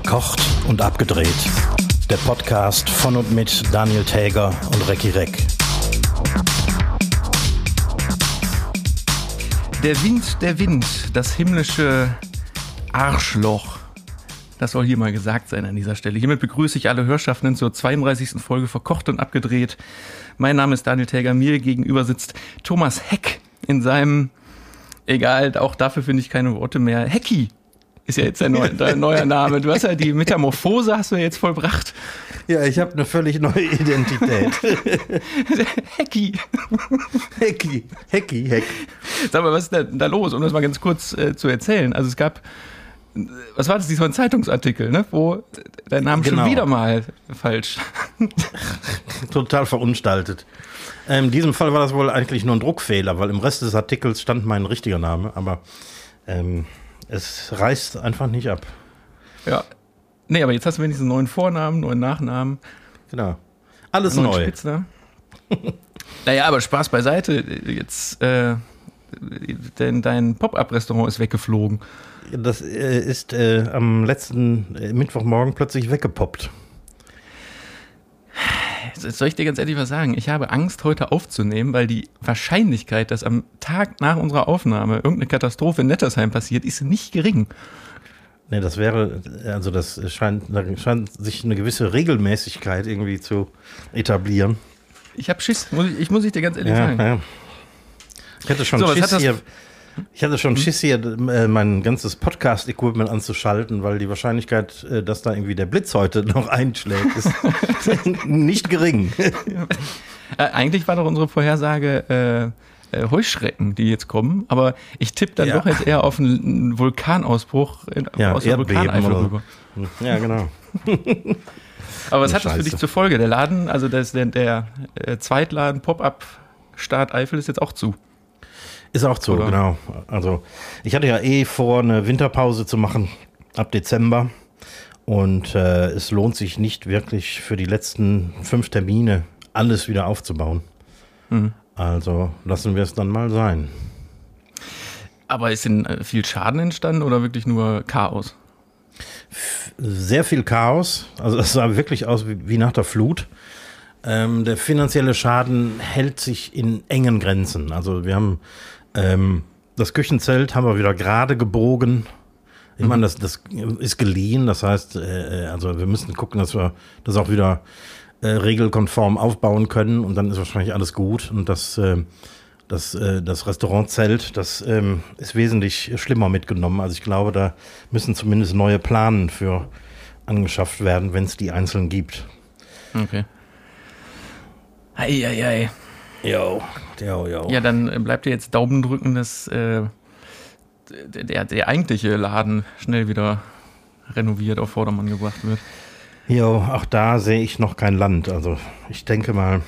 Verkocht und abgedreht. Der Podcast von und mit Daniel Täger und Recki Reck. Der Wind, das himmlische Arschloch. Das soll hier mal gesagt sein an dieser Stelle. Hiermit begrüße ich alle Hörschaffenden zur 32. Folge Verkocht und abgedreht. Mein Name ist Daniel Täger, mir gegenüber sitzt Thomas Heck in seinem, egal, auch dafür finde ich keine Worte mehr, Hecki ist ja jetzt dein neuer Name. Du hast ja die Metamorphose, hast du ja jetzt vollbracht. Ja, ich habe eine völlig neue Identität. Hecki. Heck. Sag mal, was ist da los, um das mal ganz kurz zu erzählen? Also es gab, was war das, diesmal ein Zeitungsartikel, ne, wo dein Name schon wieder mal falsch. Total verunstaltet. In diesem Fall war das wohl eigentlich nur ein Druckfehler, weil im Rest des Artikels stand mein richtiger Name, aber es reißt einfach nicht ab. Ja. Nee, aber jetzt hast du wenigstens einen neuen Vornamen, neuen Nachnamen. Genau. Alles neu. Spitznamen. Naja, aber Spaß beiseite. Jetzt, dein Pop-Up-Restaurant ist weggeflogen. Das ist am letzten Mittwochmorgen plötzlich weggepoppt. Soll ich dir ganz ehrlich was sagen? Ich habe Angst, heute aufzunehmen, weil die Wahrscheinlichkeit, dass am Tag nach unserer Aufnahme irgendeine Katastrophe in Nettersheim passiert, ist nicht gering. Nee, das wäre, also das scheint sich eine gewisse Regelmäßigkeit irgendwie zu etablieren. Ich habe Schiss, muss ich dir ganz ehrlich sagen. Ja. Ich hatte schon Schiss hier, mein ganzes Podcast-Equipment anzuschalten, weil die Wahrscheinlichkeit, dass da irgendwie der Blitz heute noch einschlägt, ist nicht gering. Eigentlich war doch unsere Vorhersage Heuschrecken, die jetzt kommen, aber ich tippe dann doch jetzt eher auf einen Vulkanausbruch aus der Vulkaneifel rüber. Ja, genau. Aber was hat das für dich zur Folge? Der Laden, also der Zweitladen Pop-Up Start Eifel ist jetzt auch zu. Ist auch so, genau. Also ich hatte ja vor, eine Winterpause zu machen ab Dezember und es lohnt sich nicht wirklich für die letzten 5 Termine alles wieder aufzubauen. Mhm. Also lassen wir es dann mal sein. Aber ist denn viel Schaden entstanden oder wirklich nur Chaos? Sehr viel Chaos. Also das sah wirklich aus wie nach der Flut. Der finanzielle Schaden hält sich in engen Grenzen. Also wir haben das Küchenzelt haben wir wieder gerade gebogen. Ich meine, das ist geliehen. Das heißt, also wir müssen gucken, dass wir das auch wieder regelkonform aufbauen können. Und dann ist wahrscheinlich alles gut. Und das Restaurantzelt, das ist wesentlich schlimmer mitgenommen. Also ich glaube, da müssen zumindest neue Planen für angeschafft werden, wenn es die einzeln gibt. Okay. Ei. Jo. Ja, dann bleibt dir jetzt Daumen drücken, dass der eigentliche Laden schnell wieder renoviert, auf Vordermann gebracht wird. Jo, auch da sehe ich noch kein Land. Also ich denke,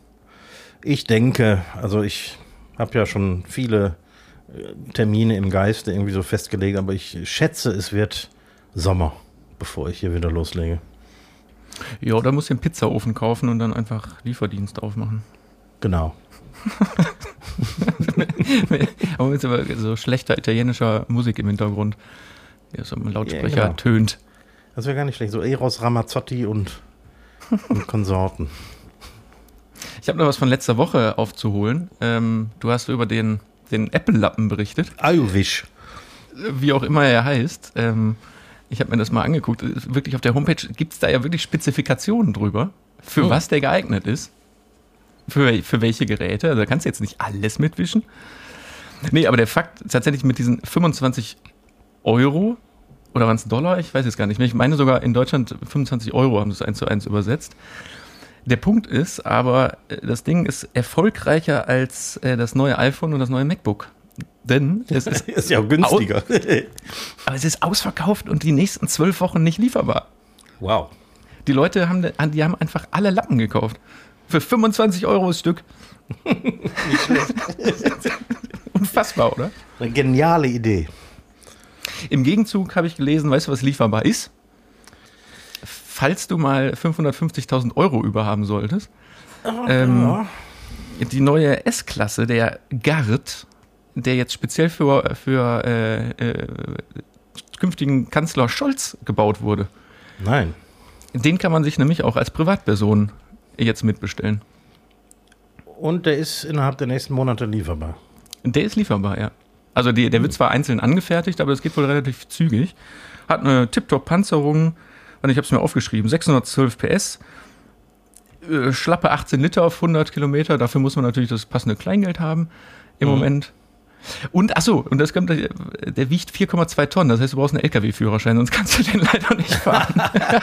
also ich habe ja schon viele Termine im Geiste irgendwie so festgelegt, aber ich schätze, es wird Sommer, bevor ich hier wieder loslege. Ja, da musst du einen Pizzaofen kaufen und dann einfach Lieferdienst aufmachen. Genau. Aber jetzt aber so schlechter italienischer Musik im Hintergrund, der so im Lautsprecher tönt. Das wäre gar nicht schlecht. So Eros Ramazzotti und Konsorten. Ich habe noch was von letzter Woche aufzuholen. Du hast über den Apple-Lappen berichtet. Ayuvish. Wie auch immer er heißt. Ich habe mir das mal angeguckt. Wirklich auf der Homepage gibt es da ja wirklich Spezifikationen drüber, für was der geeignet ist. Für welche Geräte. Also da kannst du jetzt nicht alles mitwischen. Nee, aber der Fakt, tatsächlich mit diesen 25 Euro, oder waren es Dollar? Ich weiß jetzt gar nicht mehr. Ich meine sogar in Deutschland 25 Euro haben sie es 1:1 übersetzt. Der Punkt ist aber, das Ding ist erfolgreicher als das neue iPhone und das neue MacBook. Denn es ist ja auch günstiger. Aber es ist ausverkauft und die nächsten 12 Wochen nicht lieferbar. Wow. Die Leute haben einfach alle Lappen gekauft. Für 25 Euro das Stück. Nicht schlecht. Unfassbar, oder? Eine geniale Idee. Im Gegenzug habe ich gelesen, weißt du, was lieferbar ist? Falls du mal 550.000 Euro überhaben solltest, die neue S-Klasse, der Gard, der jetzt speziell für künftigen Kanzler Scholz gebaut wurde, Nein. Den kann man sich nämlich auch als Privatperson jetzt mitbestellen. Und der ist innerhalb der nächsten Monate lieferbar. Der ist lieferbar, ja. Also der wird zwar einzeln angefertigt, aber es geht wohl relativ zügig. Hat eine Tip-Top-Panzerung, und ich habe es mir aufgeschrieben, 612 PS, schlappe 18 Liter auf 100 Kilometer. Dafür muss man natürlich das passende Kleingeld haben im Moment. Und, und das kommt, der wiegt 4,2 Tonnen. Das heißt, du brauchst einen LKW-Führerschein, sonst kannst du den leider nicht fahren.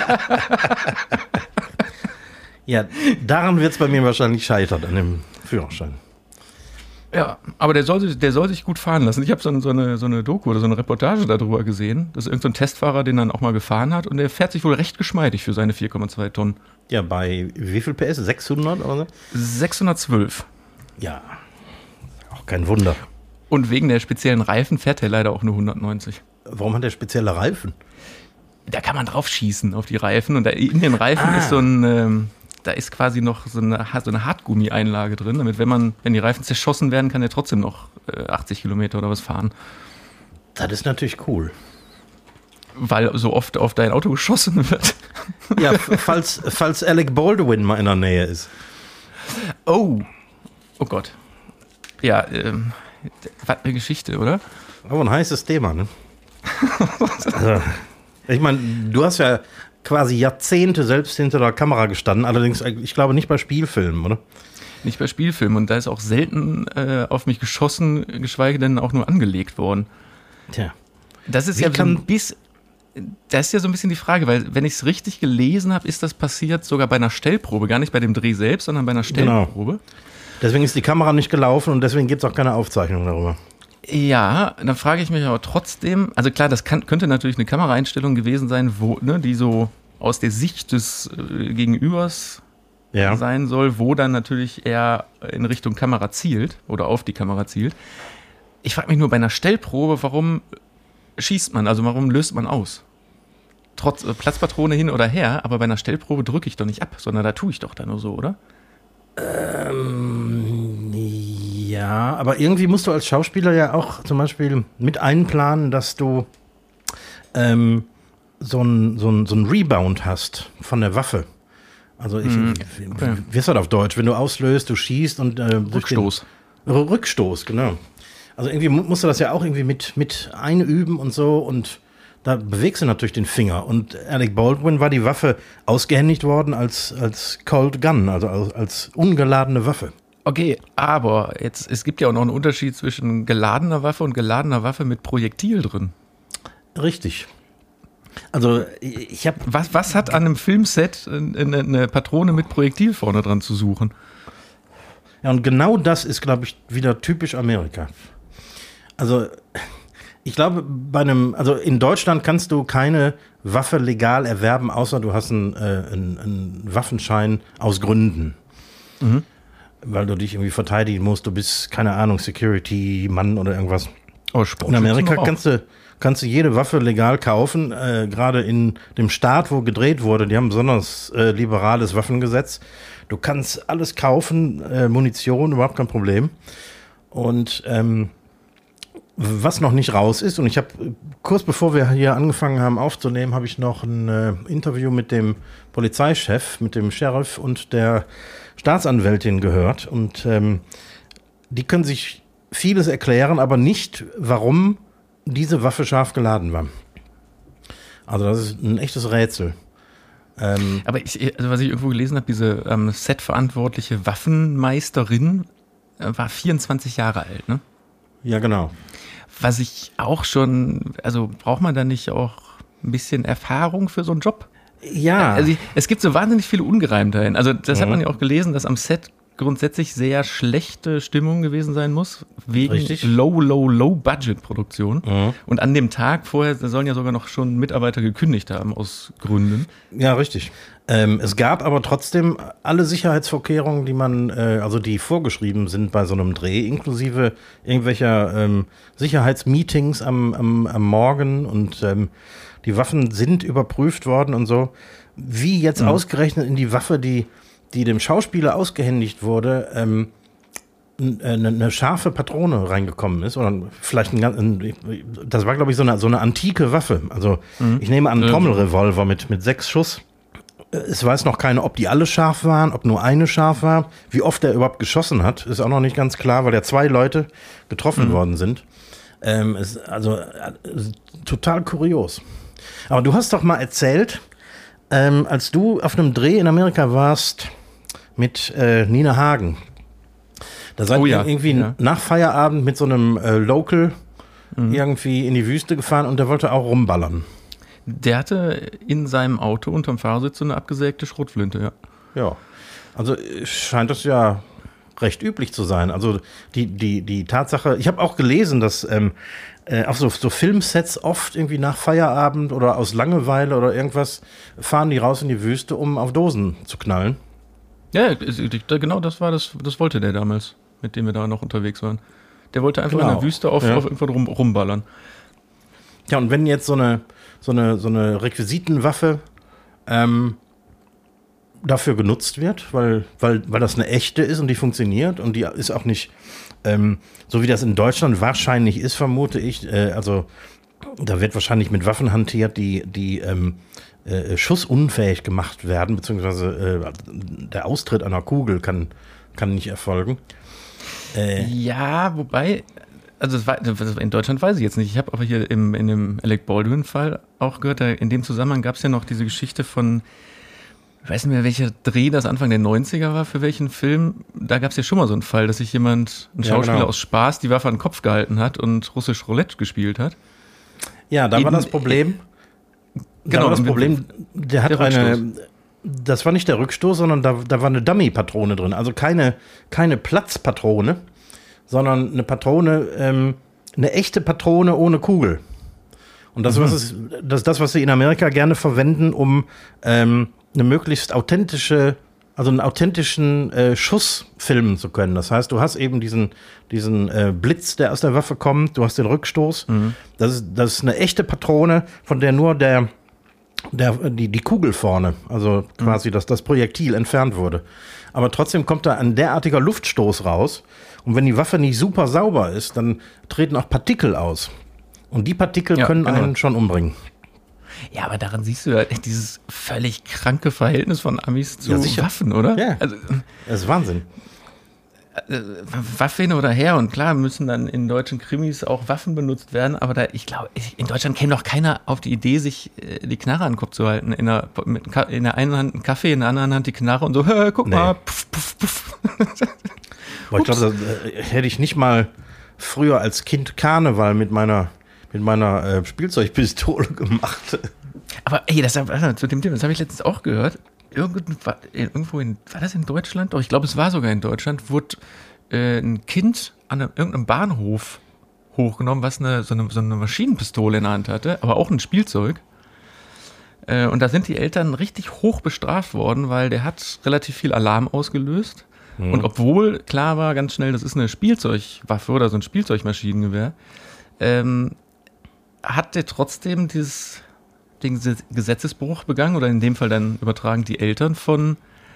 Ja, daran wird es bei mir wahrscheinlich scheitern, an dem Führerschein. Ja, aber der soll sich gut fahren lassen. Ich habe so eine Doku oder so eine Reportage darüber gesehen, dass irgendein so ein Testfahrer den dann auch mal gefahren hat und der fährt sich wohl recht geschmeidig für seine 4,2 Tonnen. Ja, bei wie viel PS? 600 oder so? 612. Ja, auch kein Wunder. Und wegen der speziellen Reifen fährt er leider auch nur 190. Warum hat der spezielle Reifen? Da kann man drauf schießen auf die Reifen und in den Reifen ist da ist quasi noch so eine Hartgummi-Einlage drin, damit wenn die Reifen zerschossen werden, kann er trotzdem noch 80 Kilometer oder was fahren. Das ist natürlich cool. Weil so oft auf dein Auto geschossen wird. Ja, falls Alec Baldwin mal in der Nähe ist. Oh Gott. Ja, was eine Geschichte, oder? Aber ein heißes Thema, ne? Also, ich meine, du hast ja quasi Jahrzehnte selbst hinter der Kamera gestanden, allerdings, ich glaube, nicht bei Spielfilmen, oder? Nicht bei Spielfilmen und da ist auch selten auf mich geschossen, geschweige denn auch nur angelegt worden. Tja. Das ist das ist ja so ein bisschen die Frage, weil wenn ich es richtig gelesen habe, ist das passiert sogar bei einer Stellprobe, gar nicht bei dem Dreh selbst, sondern bei einer Stellprobe. Genau. Deswegen ist die Kamera nicht gelaufen und deswegen gibt es auch keine Aufzeichnung darüber. Ja, dann frage ich mich aber trotzdem, also klar, das könnte natürlich eine Kameraeinstellung gewesen sein, die so aus der Sicht des Gegenübers sein soll, wo dann natürlich er in Richtung Kamera zielt oder auf die Kamera zielt. Ich frage mich nur bei einer Stellprobe, warum schießt man, also warum löst man aus? Trotz Platzpatrone hin oder her, aber bei einer Stellprobe drücke ich doch nicht ab, sondern da tue ich doch dann nur so, oder? Ja, aber irgendwie musst du als Schauspieler ja auch zum Beispiel mit einplanen, dass du so ein Rebound hast von der Waffe. Also wie ist das auf Deutsch? Wenn du auslöst, du schießt und Rückstoß. Rückstoß, genau. Also irgendwie musst du das ja auch irgendwie mit einüben und so und da bewegst du natürlich den Finger. Und Alec Baldwin war die Waffe ausgehändigt worden als Cold Gun, also als ungeladene Waffe. Okay, aber es gibt ja auch noch einen Unterschied zwischen geladener Waffe und geladener Waffe mit Projektil drin. Richtig. Also ich habe... Was hat an einem Filmset eine Patrone mit Projektil vorne dran zu suchen? Ja, und genau das ist, glaube ich, wieder typisch Amerika. Also ich glaube, also in Deutschland kannst du keine Waffe legal erwerben, außer du hast einen Waffenschein aus Gründen. Mhm. Weil du dich irgendwie verteidigen musst, du bist, keine Ahnung, Security-Mann oder irgendwas. Oh, in Amerika kannst du jede Waffe legal kaufen, gerade in dem Staat, wo gedreht wurde, die haben ein besonders liberales Waffengesetz. Du kannst alles kaufen, Munition, überhaupt kein Problem. Und was noch nicht raus ist, und ich habe kurz bevor wir hier angefangen haben aufzunehmen, habe ich noch ein Interview mit dem Polizeichef, mit dem Sheriff und der Staatsanwältin gehört. Und die können sich vieles erklären, aber nicht, warum diese Waffe scharf geladen war. Also das ist ein echtes Rätsel. Aber was ich irgendwo gelesen habe, diese Set-verantwortliche Waffenmeisterin war 24 Jahre alt, ne? Ja, genau. Was ich auch schon, also braucht man da nicht auch ein bisschen Erfahrung für so einen Job? Ja. Also es gibt so wahnsinnig viele Ungereimtheiten. Also das hat man ja auch gelesen, dass am Set grundsätzlich sehr schlechte Stimmung gewesen sein muss, wegen Low-Budget-Produktion. Mhm. Und an dem Tag vorher sollen ja sogar noch schon Mitarbeiter gekündigt haben, aus Gründen. Ja, richtig. Es gab aber trotzdem alle Sicherheitsvorkehrungen, die vorgeschrieben sind bei so einem Dreh, inklusive irgendwelcher Sicherheitsmeetings am Morgen und die Waffen sind überprüft worden und so. Wie jetzt ausgerechnet in die Waffe, die dem Schauspieler ausgehändigt wurde, eine scharfe Patrone reingekommen ist, oder vielleicht das war, glaube ich, so eine antike Waffe. Also ich nehme an, einen Trommelrevolver mit 6 Schuss. Es weiß noch keiner, ob die alle scharf waren, ob nur eine scharf war. Wie oft er überhaupt geschossen hat, ist auch noch nicht ganz klar, weil ja 2 Leute getroffen worden sind. Total kurios. Aber du hast doch mal erzählt, als du auf einem Dreh in Amerika warst mit Nina Hagen. Da seid ihr irgendwie nach Feierabend mit so einem Local irgendwie in die Wüste gefahren und der wollte auch rumballern. Der hatte in seinem Auto unterm Fahrersitz so eine abgesägte Schrotflinte, ja. Ja, also scheint das ja recht üblich zu sein. Also die Tatsache, ich habe auch gelesen, dass auf so Filmsets oft irgendwie nach Feierabend oder aus Langeweile oder irgendwas fahren die raus in die Wüste, um auf Dosen zu knallen. Ja, genau das wollte der damals, mit dem wir da noch unterwegs waren. Der wollte einfach in der Wüste auf irgendwo rumballern. Ja, und wenn jetzt so eine Requisitenwaffe dafür genutzt wird, weil das eine echte ist und die funktioniert und die ist auch nicht, so wie das in Deutschland wahrscheinlich ist, vermute ich, also da wird wahrscheinlich mit Waffen hantiert, die schussunfähig gemacht werden, beziehungsweise der Austritt einer Kugel kann nicht erfolgen. Ja, wobei, also in Deutschland weiß ich jetzt nicht. Ich habe aber hier in dem Alec Baldwin-Fall auch gehört, in dem Zusammenhang gab es ja noch diese Geschichte von, ich weiß nicht mehr, welcher Dreh das Anfang der 90er war, für welchen Film. Da gab es ja schon mal so einen Fall, dass sich ein Schauspieler aus Spaß die Waffe an den Kopf gehalten hat und russisch Roulette gespielt hat. Ja, da war das Problem. Genau, das Problem, das war nicht der Rückstoß, sondern da war eine Dummy-Patrone drin. Also keine Platzpatrone, sondern eine Patrone, eine echte Patrone ohne Kugel. Und das ist das, was sie in Amerika gerne verwenden, um eine möglichst authentische, also einen authentischen Schuss filmen zu können. Das heißt, du hast eben diesen Blitz, der aus der Waffe kommt, du hast den Rückstoß. Das ist eine echte Patrone, von der nur die Kugel vorne, also quasi das Projektil entfernt wurde. Aber trotzdem kommt da ein derartiger Luftstoß raus. Und wenn die Waffe nicht super sauber ist, dann treten auch Partikel aus. Und die Partikel können einen schon umbringen. Ja, aber daran siehst du ja dieses völlig kranke Verhältnis von Amis zu Waffen, oder? Ja, also, das ist Wahnsinn. Waffe hin oder her, und klar müssen dann in deutschen Krimis auch Waffen benutzt werden, aber ich glaube, in Deutschland käme doch keiner auf die Idee, sich die Knarre an den Kopf zu halten. In der einen Hand einen Kaffee, in der anderen Hand die Knarre und so, guck mal, puff, puff, puff. Boah, ich glaube, das hätte ich nicht mal früher als Kind Karneval mit meiner Spielzeugpistole gemacht. Aber zu dem Thema, das habe ich letztens auch gehört. War das in Deutschland? Doch, ich glaube, es war sogar in Deutschland, wurde ein Kind an irgendeinem Bahnhof hochgenommen, was so eine Maschinenpistole in der Hand hatte, aber auch ein Spielzeug. Und da sind die Eltern richtig hoch bestraft worden, weil der hat relativ viel Alarm ausgelöst. Und obwohl klar war ganz schnell, das ist eine Spielzeugwaffe oder so ein Spielzeugmaschinengewehr, hat der trotzdem den Gesetzesbruch begangen, oder in dem Fall dann übertragen die Eltern von,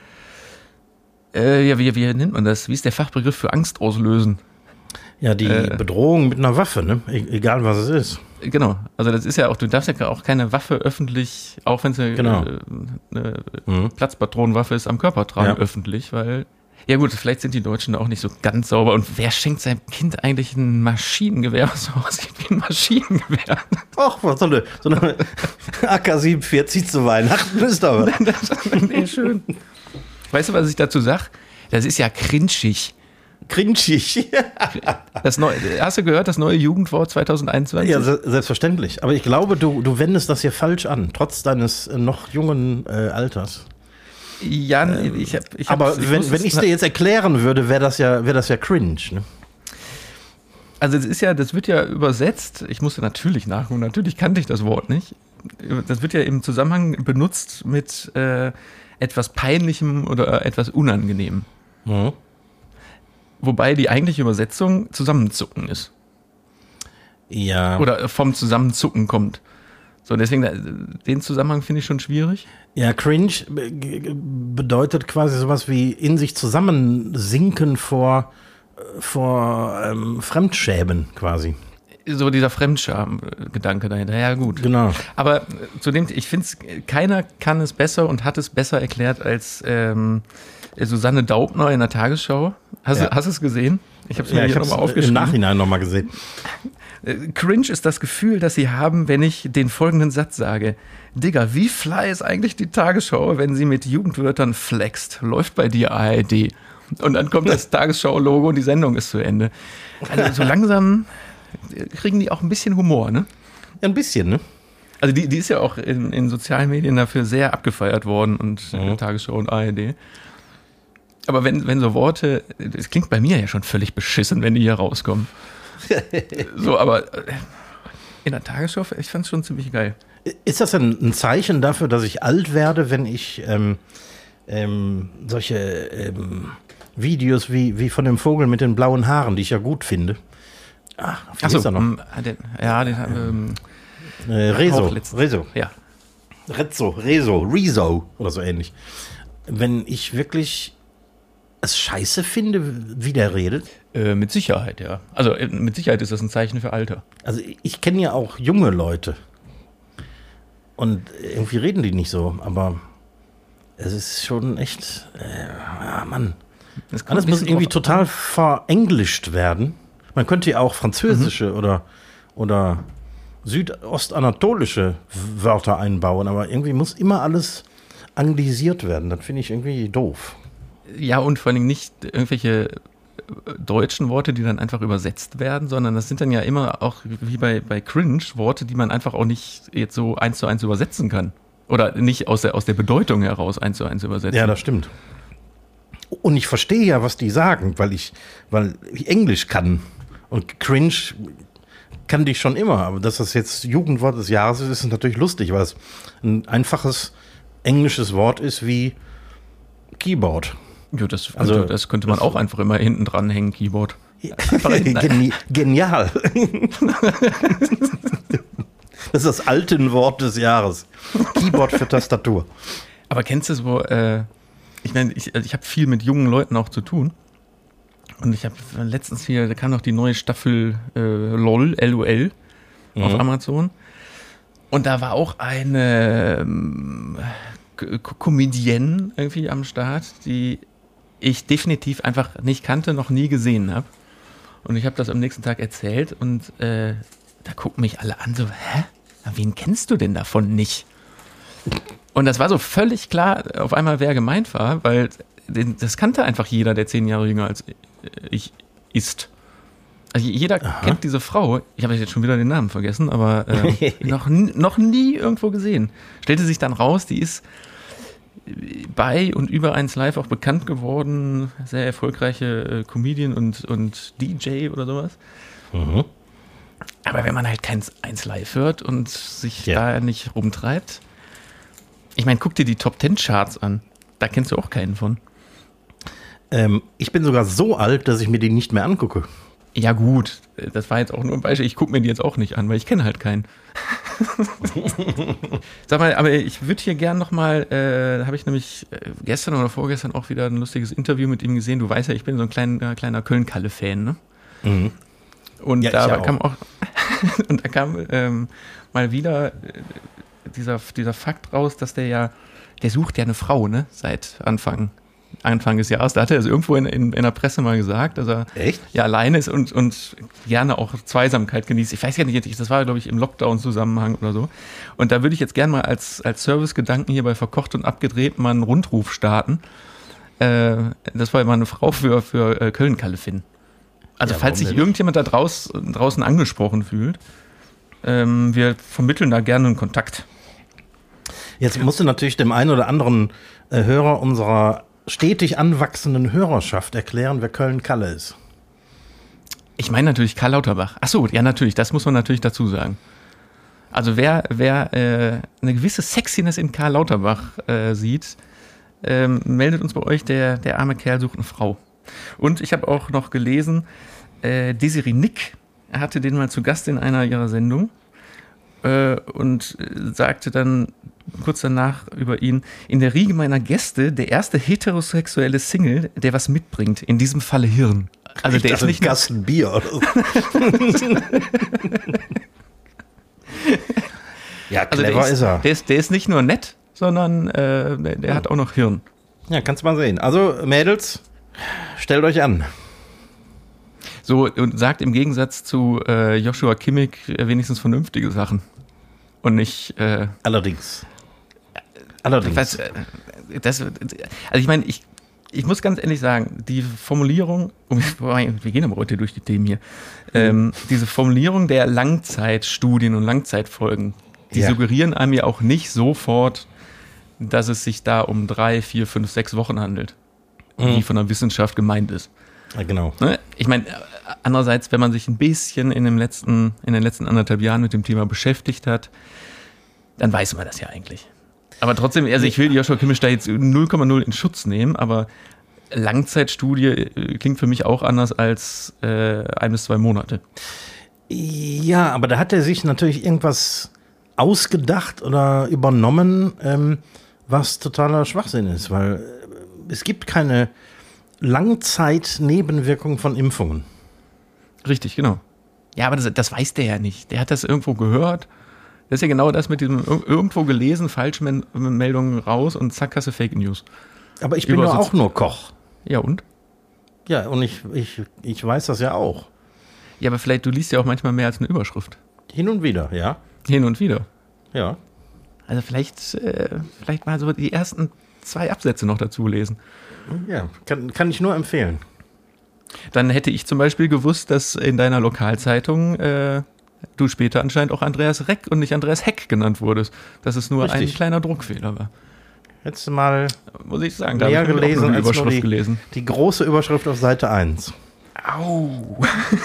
wie nennt man das? Wie ist der Fachbegriff für Angst auslösen? Ja, die Bedrohung mit einer Waffe, ne? Egal was es ist. Genau, also das ist ja auch, du darfst ja auch keine Waffe öffentlich, auch wenn es eine Platzpatronenwaffe ist, am Körper tragen, öffentlich, weil, ja gut, vielleicht sind die Deutschen da auch nicht so ganz sauber. Und wer schenkt seinem Kind eigentlich ein Maschinengewehr, was so aussieht wie ein Maschinengewehr? Ach, was so eine AK-47 zu Weihnachten ist aber. Nee, schön. Weißt du, was ich dazu sag? Das ist ja cringig. Cringig. Hast du gehört, das neue Jugendwort 2021? Ja, selbstverständlich. Aber ich glaube, du wendest das hier falsch an, trotz deines noch jungen Alters. Ja, wenn ich es dir jetzt erklären würde, wäre das ja cringe. Ne? Also das wird ja übersetzt, ich musste natürlich nachgucken, natürlich kannte ich das Wort nicht. Das wird ja im Zusammenhang benutzt mit etwas Peinlichem oder etwas Unangenehmem. Mhm. Wobei die eigentliche Übersetzung Zusammenzucken ist. Ja. Oder vom Zusammenzucken kommt. So, deswegen, den Zusammenhang finde ich schon schwierig. Ja, cringe bedeutet quasi sowas wie in sich zusammensinken vor Fremdschämen quasi. So dieser Fremdscham-Gedanke dahinter. Ja, gut. Genau. Aber zudem, ich finde es, keiner kann es besser und hat es besser erklärt als Susanne Daubner in der Tagesschau. Hast du es gesehen? Ich habe es mir hier nochmal aufgeschrieben. Im Nachhinein nochmal gesehen. Cringe ist das Gefühl, das sie haben, wenn ich den folgenden Satz sage. Digga, wie fly ist eigentlich die Tagesschau, wenn sie mit Jugendwörtern flext? Läuft bei dir ARD. Und dann kommt das Tagesschau-Logo und die Sendung ist zu Ende. Also so langsam kriegen die auch ein bisschen Humor, ne? Ja, ein bisschen, ne? Also die ist ja auch in sozialen Medien dafür sehr abgefeiert worden und Tagesschau und ARD. Aber wenn so Worte, das klingt bei mir ja schon völlig beschissen, wenn die hier rauskommen. So, aber in der Tagesschau, ich fand es schon ziemlich geil. Ist das ein Zeichen dafür, dass ich alt werde, wenn ich solche Videos wie von dem Vogel mit den blauen Haaren, die ich ja gut finde. Achso, den Rezo. Ja. Rezo oder so ähnlich. Wenn ich wirklich es scheiße finde, wie der redet? Mit Sicherheit, ja. Also mit Sicherheit ist das ein Zeichen für Alter. Also ich kenne ja auch junge Leute. Und irgendwie reden die nicht so, aber es ist schon echt, Mann. Alles muss irgendwie total verenglischt werden. Man könnte ja auch französische oder südostanatolische Wörter einbauen, aber irgendwie muss immer alles anglisiert werden. Das finde ich irgendwie doof. Ja, und vor allem nicht irgendwelche deutschen Worte, die dann einfach übersetzt werden, sondern das sind dann ja immer auch, wie bei Cringe, Worte, die man einfach auch nicht jetzt so 1:1 übersetzen kann. Oder nicht aus der Bedeutung heraus 1:1 übersetzen. Ja, das stimmt. Und ich verstehe ja, was die sagen, weil ich Englisch kann. Und Cringe kannte ich schon immer. Aber dass das jetzt Jugendwort des Jahres ist, ist natürlich lustig, weil es ein einfaches englisches Wort ist wie Keyboard. Ja, das könnte man auch einfach immer hinten dran hängen, Keyboard. Genial. Das ist das alte Wort des Jahres. Keyboard für Tastatur. Aber kennst du es, wo, ich meine, ich habe viel mit jungen Leuten auch zu tun. Und ich habe letztens da kam noch die neue Staffel LOL, LOL, auf Amazon. Und da war auch eine Comedienne irgendwie am Start, die ich definitiv einfach nicht kannte, noch nie gesehen habe. Und ich habe das am nächsten Tag erzählt und da gucken mich alle an, so, hä? Wen kennst du denn davon nicht? Und das war so völlig klar auf einmal, wer gemeint war, weil das kannte einfach jeder, der 10 Jahre jünger als ich ist. Also jeder kennt diese Frau, ich habe jetzt schon wieder den Namen vergessen, aber noch nie irgendwo gesehen. Stellte sich dann raus, die ist bei und über 1 Live auch bekannt geworden, sehr erfolgreiche Comedian und DJ oder sowas. Mhm. Aber wenn man halt kein 1 Live hört und sich da nicht rumtreibt, ich meine, guck dir die Top 10 Charts an, da kennst du auch keinen von. Ich bin sogar so alt, dass ich mir die nicht mehr angucke. Ja gut, das war jetzt auch nur ein Beispiel. Ich gucke mir die jetzt auch nicht an, weil ich kenne halt keinen. Sag mal, aber ich würde hier gern nochmal, da habe ich nämlich gestern oder vorgestern auch wieder ein lustiges Interview mit ihm gesehen. Du weißt ja, ich bin so ein kleiner Köln-Kalle-Fan, ne? Mhm. Und ja, da kam auch und da kam mal wieder dieser Fakt raus, dass der sucht ja eine Frau, ne? Seit Anfang des Jahres. Da hat er also irgendwo in der Presse mal gesagt, dass er ja alleine ist und gerne auch Zweisamkeit genießt. Ich weiß ja nicht, das war, glaube ich, im Lockdown-Zusammenhang oder so. Und da würde ich jetzt gerne mal als Servicegedanken hier bei Verkocht und Abgedreht mal einen Rundruf starten. Das war immer eine Frau für Köln-Kalle finden. Also ja, falls sich irgendjemand da draußen angesprochen fühlt, wir vermitteln da gerne einen Kontakt. Jetzt musst du natürlich dem einen oder anderen Hörer unserer stetig anwachsenden Hörerschaft erklären, wer Köln-Kalle ist. Ich meine natürlich Karl Lauterbach. Achso, ja natürlich, das muss man natürlich dazu sagen. Also wer eine gewisse Sexiness in Karl Lauterbach sieht, meldet uns bei euch, der arme Kerl sucht eine Frau. Und ich habe auch noch gelesen, Desiree Nick hatte den mal zu Gast in einer ihrer Sendungen und sagte dann kurz danach über ihn: In der Riege meiner Gäste der erste heterosexuelle Single, der was mitbringt, in diesem Falle Hirn. Also der ist nicht ein Kasten Bier oder so. Ja, clever also ist er. Der ist nicht nur nett, sondern der hat auch noch Hirn. Ja, kannst mal sehen. Also, Mädels, stellt euch an. So, und sagt im Gegensatz zu Joshua Kimmich wenigstens vernünftige Sachen. Und nicht. Allerdings. Also ich meine, ich muss ganz ehrlich sagen, die Formulierung, wir gehen aber heute durch die Themen hier, diese Formulierung der Langzeitstudien und Langzeitfolgen, die suggerieren einem ja auch nicht sofort, dass es sich da um 3, 4, 5, 6 Wochen handelt, wie von der Wissenschaft gemeint ist. Ja, genau. Ich meine, andererseits, wenn man sich ein bisschen in den letzten 1,5 Jahren mit dem Thema beschäftigt hat, dann weiß man das ja eigentlich. Aber trotzdem, also ich will Joshua Kimmich da jetzt 0,0 in Schutz nehmen, aber Langzeitstudie klingt für mich auch anders als 1 bis 2 Monate. Ja, aber da hat er sich natürlich irgendwas ausgedacht oder übernommen, was totaler Schwachsinn ist, weil es gibt keine Langzeitnebenwirkungen von Impfungen. Richtig, genau. Ja, aber das weiß der ja nicht. Der hat das irgendwo gehört. Das ist ja genau das mit diesem irgendwo gelesen, Falschmeldungen raus und zack, hast du Fake News. Aber ich bin ja auch nur Koch. Ja, und? Ja, und ich weiß das ja auch. Ja, aber vielleicht, du liest ja auch manchmal mehr als eine Überschrift. Hin und wieder, ja. Hin und wieder. Ja. Also vielleicht mal so die ersten 2 Absätze noch dazu lesen. Ja, kann ich nur empfehlen. Dann hätte ich zum Beispiel gewusst, dass in deiner Lokalzeitung du später anscheinend auch Andreas Reck und nicht Andreas Heck genannt wurdest. Dass es nur ein kleiner Druckfehler war. Hättest du mal muss ich sagen, mehr da habe ich gelesen eine als Überschrift nur gelesen. Die große Überschrift auf Seite 1. Au!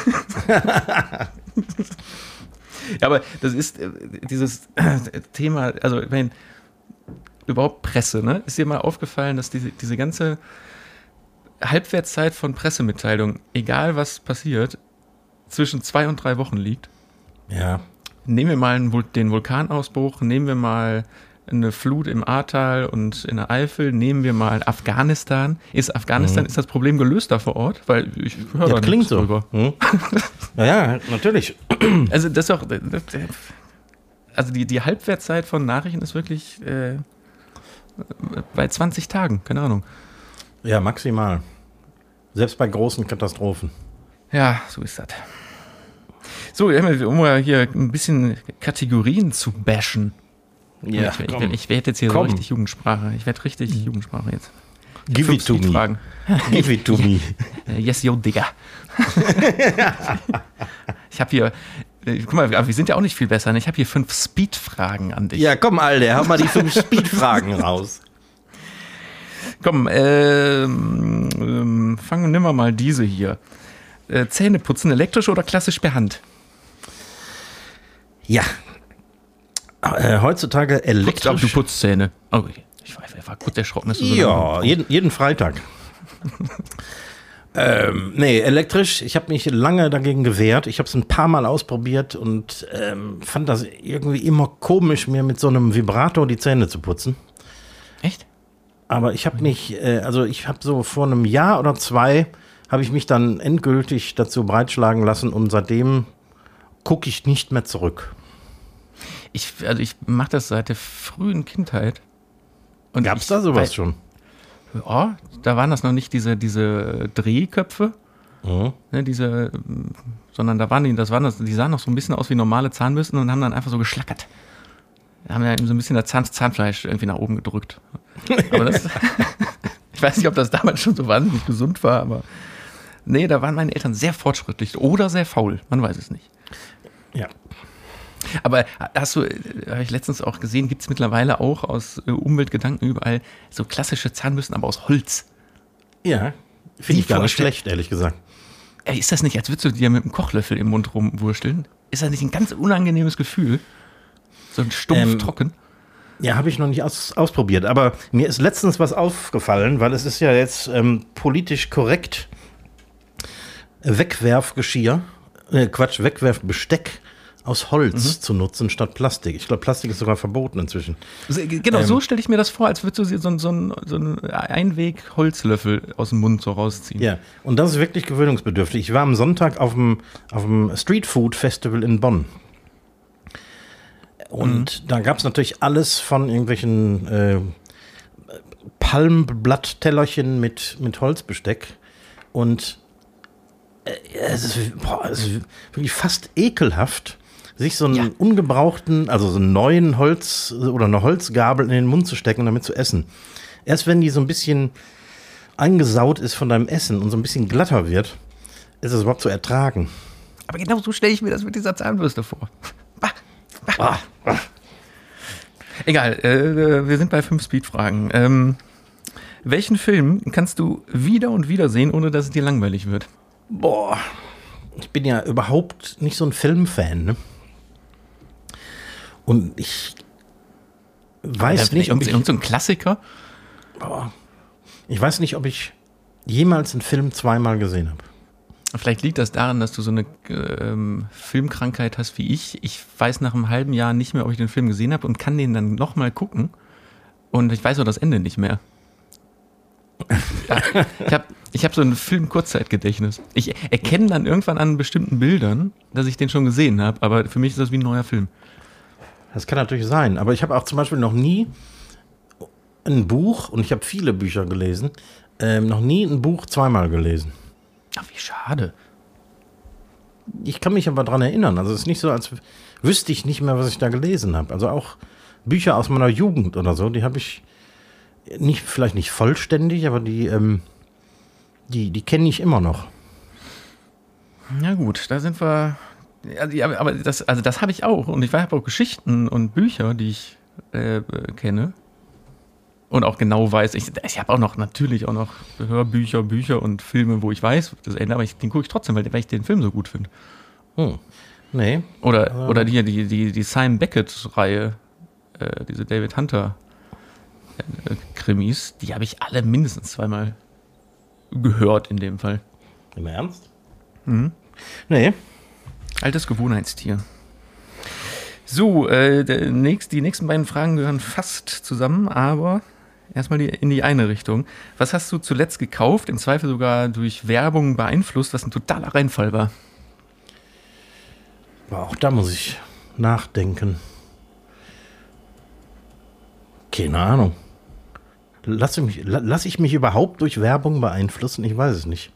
Ja, aber das ist dieses Thema, also ich meine, überhaupt Presse, ne? Ist dir mal aufgefallen, dass diese ganze Halbwertszeit von Pressemitteilungen, egal was passiert, zwischen 2 und 3 Wochen liegt? Ja. Nehmen wir mal den Vulkanausbruch, nehmen wir mal eine Flut im Ahrtal und in der Eifel, nehmen wir mal Afghanistan. Ist das Problem gelöst da vor Ort? Weil ich höre da klingt nichts so. drüber. Ja, natürlich. Also das ist auch, also die Halbwertszeit von Nachrichten ist wirklich bei 20 Tagen, keine Ahnung. Ja, maximal. Selbst bei großen Katastrophen. Ja, so ist das. So, um mal hier ein bisschen Kategorien zu bashen. Ja, ich werde jetzt hier so richtig Jugendsprache. Ich werde richtig Jugendsprache jetzt. Give it to me. Fragen. Give it to me. Yes, yo, Digga. Ich habe hier, guck mal, wir sind ja auch nicht viel besser. Ne? Ich habe hier 5 Speed-Fragen an dich. Ja, komm, Alter, hau mal die 5 Speed-Fragen raus. Komm, nimm wir mal diese hier. Zähne putzen, elektrisch oder klassisch per Hand? Ja. Heutzutage elektrisch. Aber du putzt Zähne. Okay. Ich war kurz erschrocken, dass du so ja, jeden Freitag. Nee, elektrisch. Ich habe mich lange dagegen gewehrt. Ich habe es ein paar Mal ausprobiert und fand das irgendwie immer komisch, mir mit so einem Vibrator die Zähne zu putzen. Echt? Aber ich habe mich, ich habe so vor einem Jahr oder 2 habe ich mich dann endgültig dazu breitschlagen lassen und seitdem gucke ich nicht mehr zurück. Ich mache das seit der frühen Kindheit. Gab es da sowas schon? Ja, da waren das noch nicht diese Drehköpfe, Mhm. Ne, sondern die sahen noch so ein bisschen aus wie normale Zahnbürsten und haben dann einfach so geschlackert. Da haben wir so ein bisschen das Zahnfleisch irgendwie nach oben gedrückt. Aber das, ich weiß nicht, ob das damals schon so wahnsinnig gesund war, aber nee, da waren meine Eltern sehr fortschrittlich oder sehr faul, man weiß es nicht. Ja. Aber habe ich letztens auch gesehen, gibt es mittlerweile auch aus Umweltgedanken überall so klassische Zahnbürsten, aber aus Holz. Ja, finde ich gar nicht schlecht, ehrlich gesagt. Ey, ist das nicht, als würdest du dir mit einem Kochlöffel im Mund rumwursteln? Ist das nicht ein ganz unangenehmes Gefühl? So ein stumpf trocken? Ja, habe ich noch nicht ausprobiert, aber mir ist letztens was aufgefallen, weil es ist ja jetzt politisch Wegwerfbesteck aus Holz zu nutzen statt Plastik. Ich glaube, Plastik ist sogar verboten inzwischen. Genau, so stelle ich mir das vor, als würdest du so einen Einweg-Holzlöffel aus dem Mund so rausziehen. Ja, und das ist wirklich gewöhnungsbedürftig. Ich war am Sonntag auf dem Street Food Festival in Bonn. Und da gab es natürlich alles von irgendwelchen Palmblatttellerchen mit Holzbesteck. Und es ist wirklich fast ekelhaft, sich so einen ungebrauchten, also so einen neuen Holz oder eine Holzgabel in den Mund zu stecken und damit zu essen. Erst wenn die so ein bisschen eingesaut ist von deinem Essen und so ein bisschen glatter wird, ist es überhaupt zu ertragen. Aber genau so stelle ich mir das mit dieser Zahnbürste vor. Egal, wir sind bei 5 Speed-Fragen. Welchen Film kannst du wieder und wieder sehen, ohne dass es dir langweilig wird? Boah, ich bin ja überhaupt nicht so ein Filmfan, ne? Und ich weiß nicht, ob ich... Irgend so ein Klassiker? Ich weiß nicht, ob ich jemals einen Film zweimal gesehen habe. Vielleicht liegt das daran, dass du so eine Filmkrankheit hast wie ich. Ich weiß nach einem halben Jahr nicht mehr, ob ich den Film gesehen habe und kann den dann nochmal gucken. Und ich weiß auch das Ende nicht mehr. Ich hab so ein Film-Kurzzeitgedächtnis. Ich erkenne dann irgendwann an bestimmten Bildern, dass ich den schon gesehen habe, aber für mich ist das wie ein neuer Film. Das kann natürlich sein, aber ich habe auch zum Beispiel noch nie ein Buch, und ich habe viele Bücher gelesen, noch nie ein Buch zweimal gelesen. Ach, wie schade. Ich kann mich aber dran erinnern. Also es ist nicht so, als wüsste ich nicht mehr, was ich da gelesen habe. Also auch Bücher aus meiner Jugend oder so, die habe ich vielleicht nicht vollständig, aber die kenne ich immer noch. Ja gut, da sind wir. Ja, aber das habe ich auch. Und ich habe auch Geschichten und Bücher, die ich kenne. Und auch genau weiß, ich habe natürlich auch noch Hörbücher, Bücher und Filme, wo ich weiß, das Ende, aber den gucke ich trotzdem, weil ich den Film so gut finde. Nee. Oder die Simon Beckett-Reihe, diese David Hunter Krimis, die habe ich alle mindestens zweimal gehört in dem Fall. Im Ernst? Mhm. Nee. Altes Gewohnheitstier. So, die nächsten beiden Fragen gehören fast zusammen, aber erstmal in die eine Richtung. Was hast du zuletzt gekauft, im Zweifel sogar durch Werbung beeinflusst, was ein totaler Reinfall war? Auch da muss ich nachdenken. Keine Ahnung. Lass ich mich überhaupt durch Werbung beeinflussen? Ich weiß es nicht.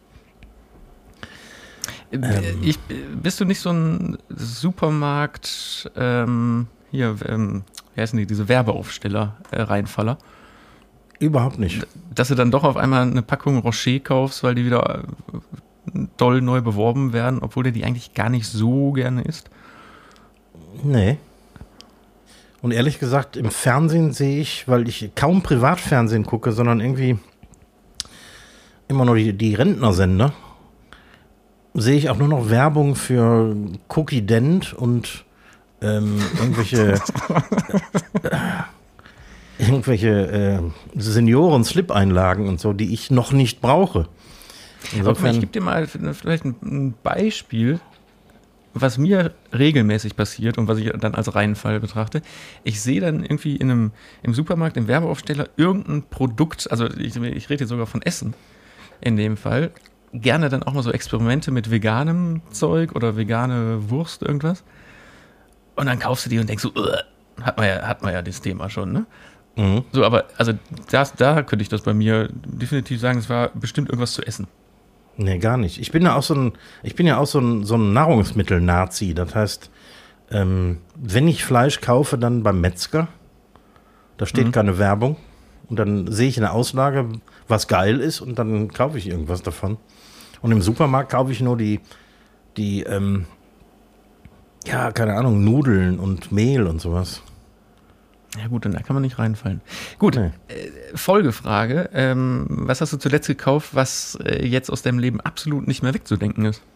Bist du nicht so ein Supermarkt, wie heißen diese Werbeaufsteller, Überhaupt nicht. Dass du dann doch auf einmal eine Packung Rocher kaufst, weil die wieder doll neu beworben werden, obwohl du die eigentlich gar nicht so gerne isst? Nee. Und ehrlich gesagt, im Fernsehen sehe ich, weil ich kaum Privatfernsehen gucke, sondern irgendwie immer nur die Rentnersender, sehe ich auch nur noch Werbung für Cookie Dent und irgendwelche Senioren-Slip-Einlagen und so, die ich noch nicht brauche. Insofern, ich gebe dir mal vielleicht ein Beispiel, was mir regelmäßig passiert und was ich dann als Reinfall betrachte. Ich sehe dann irgendwie im Supermarkt, im Werbeaufsteller, irgendein Produkt, also ich rede jetzt sogar von Essen in dem Fall, gerne dann auch mal so Experimente mit veganem Zeug oder vegane Wurst, irgendwas. Und dann kaufst du die und denkst so, hat man ja das Thema schon, ne? Mhm. So, aber also da könnte ich das bei mir definitiv sagen, es war bestimmt irgendwas zu essen. Nee, gar nicht. Ich bin ja auch so ein Nahrungsmittel-Nazi. Das heißt, wenn ich Fleisch kaufe, dann beim Metzger. Da steht keine Werbung. Und dann sehe ich in der Auslage, was geil ist, und dann kaufe ich irgendwas davon. Und im Supermarkt kaufe ich nur die keine Ahnung, Nudeln und Mehl und sowas. Ja gut, und da kann man nicht reinfallen. Gut, nee. Folgefrage. Was hast du zuletzt gekauft, was jetzt aus deinem Leben absolut nicht mehr wegzudenken ist?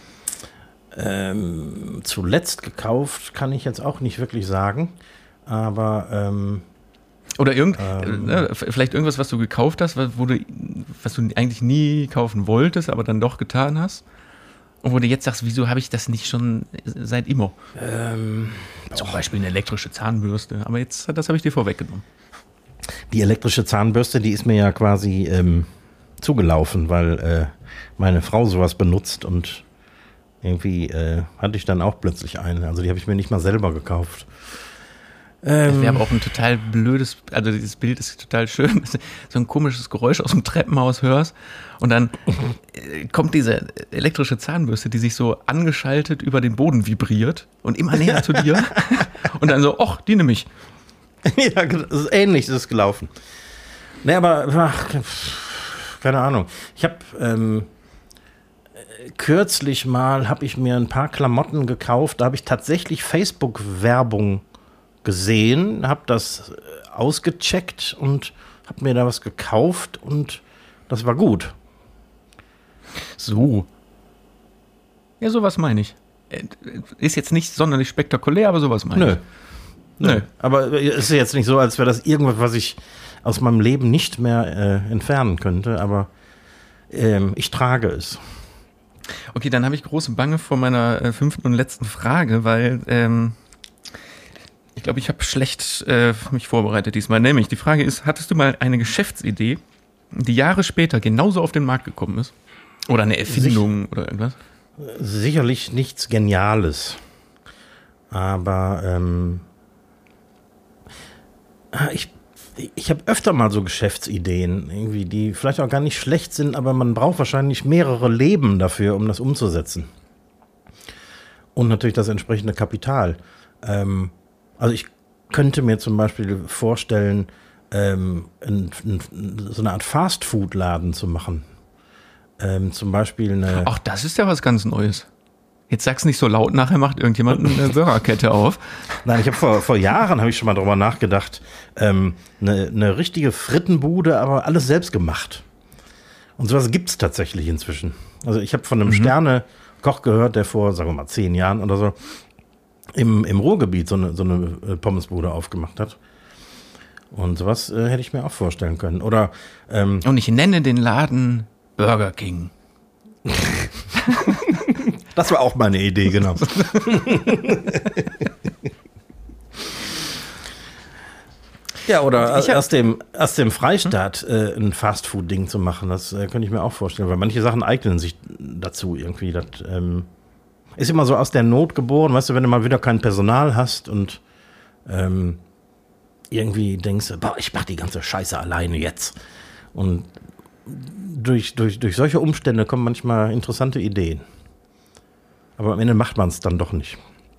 Zuletzt gekauft kann ich jetzt auch nicht wirklich sagen, aber oder vielleicht irgendwas, was du gekauft hast, was du eigentlich nie kaufen wolltest, aber dann doch getan hast? Und wo du jetzt sagst, wieso habe ich das nicht schon seit immer? Zum Beispiel eine elektrische Zahnbürste. Aber jetzt, das habe ich dir vorweggenommen. Die elektrische Zahnbürste, die ist mir ja quasi zugelaufen, weil meine Frau sowas benutzt und irgendwie hatte ich dann auch plötzlich eine. Also die habe ich mir nicht mal selber gekauft. Das wäre aber auch ein total blödes, also dieses Bild ist total schön, dass du so ein komisches Geräusch aus dem Treppenhaus hörst und dann kommt diese elektrische Zahnbürste, die sich so angeschaltet über den Boden vibriert und immer näher zu dir und dann so, ach, die nehme ich. Ja, das ist ähnlich, das ist gelaufen. Nee, aber keine Ahnung. Ich habe kürzlich mal, habe ich mir ein paar Klamotten gekauft, da habe ich tatsächlich Facebook-Werbung gesehen, habe das ausgecheckt und habe mir da was gekauft und das war gut. So. Ja, sowas meine ich. Ist jetzt nicht sonderlich spektakulär, aber sowas meine ich. Nö. Aber es ist jetzt nicht so, als wäre das irgendwas, was ich aus meinem Leben nicht mehr entfernen könnte, aber ich trage es. Okay, dann habe ich große Bange vor meiner 5. und letzten Frage, weil ich glaube, ich habe schlecht mich vorbereitet diesmal. Nämlich, die Frage ist, hattest du mal eine Geschäftsidee, die Jahre später genauso auf den Markt gekommen ist? Oder eine Erfindung oder irgendwas? Sicherlich nichts Geniales. Aber ich habe öfter mal so Geschäftsideen, irgendwie, die vielleicht auch gar nicht schlecht sind, aber man braucht wahrscheinlich mehrere Leben dafür, um das umzusetzen. Und natürlich das entsprechende Kapital. Also ich könnte mir zum Beispiel vorstellen, so eine Art Fast-Food-Laden zu machen. Zum Beispiel eine... Ach, das ist ja was ganz Neues. Jetzt sag's nicht so laut, nachher macht irgendjemand eine Burgerkette auf. Nein, ich habe vor Jahren habe ich schon mal darüber nachgedacht, eine richtige Frittenbude, aber alles selbst gemacht. Und sowas gibt's tatsächlich inzwischen. Also ich habe von einem Sterne-Koch gehört, der vor, sagen wir mal, 10 Jahren oder so im Ruhrgebiet so eine Pommesbude aufgemacht hat. Und sowas hätte ich mir auch vorstellen können. Oder und ich nenne den Laden Burger King. Das war auch meine Idee, genau. Ja, oder aus dem Freistaat ein Fastfood-Ding zu machen, das könnte ich mir auch vorstellen, weil manche Sachen eignen sich dazu irgendwie. Das ist immer so aus der Not geboren, weißt du, wenn du mal wieder kein Personal hast und irgendwie denkst, boah, ich mach die ganze Scheiße alleine jetzt. Und durch solche Umstände kommen manchmal interessante Ideen. Aber am Ende macht man es dann doch nicht.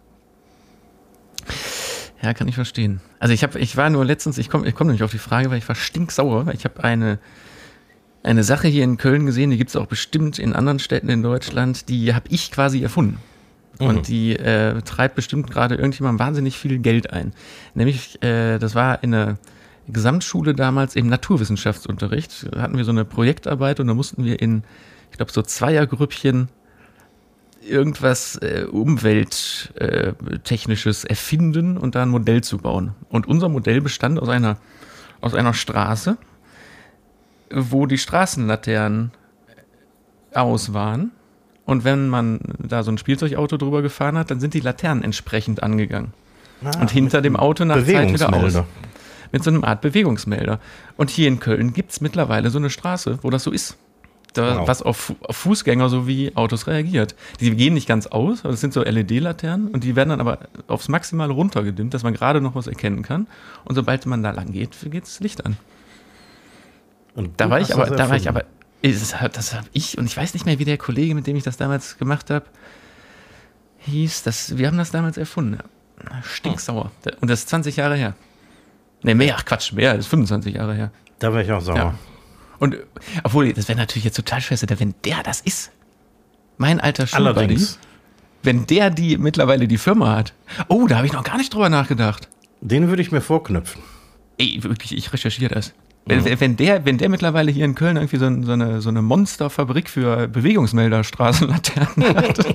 Ja, kann ich verstehen. Also ich war nur letztens, ich komm nämlich auf die Frage, weil ich war stinksauer, weil ich habe eine Sache hier in Köln gesehen, die gibt es auch bestimmt in anderen Städten in Deutschland, die habe ich quasi erfunden. Und die treibt bestimmt gerade irgendjemand wahnsinnig viel Geld ein. Nämlich, das war in der Gesamtschule damals im Naturwissenschaftsunterricht, da hatten wir so eine Projektarbeit und da mussten wir in, ich glaube, so Zweiergrüppchen irgendwas umwelttechnisches erfinden und da ein Modell zu bauen. Und unser Modell bestand aus einer Straße, wo die Straßenlaternen aus waren. Und wenn man da so ein Spielzeugauto drüber gefahren hat, dann sind die Laternen entsprechend angegangen. Und hinter dem Auto nach Zeit wieder aus. Mit so einer Art Bewegungsmelder. Und hier in Köln gibt es mittlerweile so eine Straße, wo das so ist. Was auf Fußgänger sowie Autos reagiert. Die gehen nicht ganz aus, aber das sind so LED-Laternen und die werden dann aber aufs Maximale runtergedimmt, dass man gerade noch was erkennen kann. Und sobald man da lang geht, geht das Licht an. Und das habe ich, und ich weiß nicht mehr, wie der Kollege, mit dem ich das damals gemacht habe, hieß. Wir haben das damals erfunden. Stinksauer. Und das ist 20 Jahre her. Ne, mehr, das ist 25 Jahre her. Da wäre ich auch sauer. Ja. Und, obwohl, das wäre natürlich jetzt total scheiße, wenn der das ist. Mein alter Schulbuddy, wenn der mittlerweile die Firma hat. Oh, da habe ich noch gar nicht drüber nachgedacht. Den würde ich mir vorknüpfen. Ey, wirklich, ich recherchiere das. Wenn der mittlerweile hier in Köln irgendwie so eine Monsterfabrik für Bewegungsmelder, Straßenlaternen hat.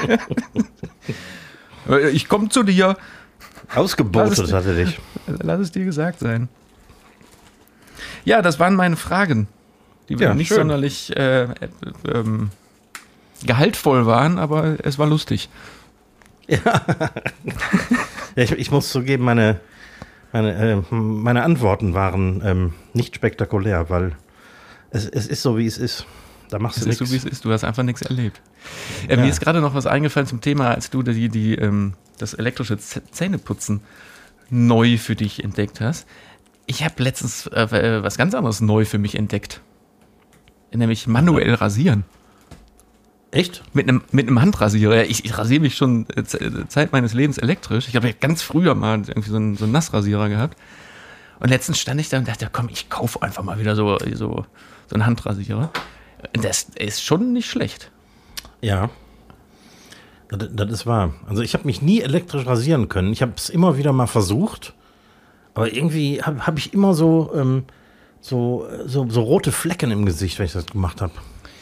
Ich komme zu dir. Ausgebotet hat er dich. Lass es dir gesagt sein. Ja, das waren meine Fragen. Die waren nicht sonderlich gehaltvoll waren, aber es war lustig. Ja, ich muss zugeben, meine Antworten waren nicht spektakulär, weil es ist so, wie es ist. Da machst du nichts. Es ist so, wie es ist. Du hast einfach nichts erlebt. Mir ist gerade noch was eingefallen zum Thema, als du das elektrische Zähneputzen neu für dich entdeckt hast. Ich habe letztens was ganz anderes neu für mich entdeckt. Nämlich manuell rasieren. Echt? Mit einem Handrasierer. Ich rasiere mich schon Zeit meines Lebens elektrisch. Ich habe ja ganz früher mal irgendwie so einen Nassrasierer gehabt. Und letztens stand ich da und dachte, komm, ich kaufe einfach mal wieder so einen Handrasierer. Das ist schon nicht schlecht. Ja, das ist wahr. Also ich habe mich nie elektrisch rasieren können. Ich habe es immer wieder mal versucht. Aber irgendwie hab ich immer so rote Flecken im Gesicht, wenn ich das gemacht habe.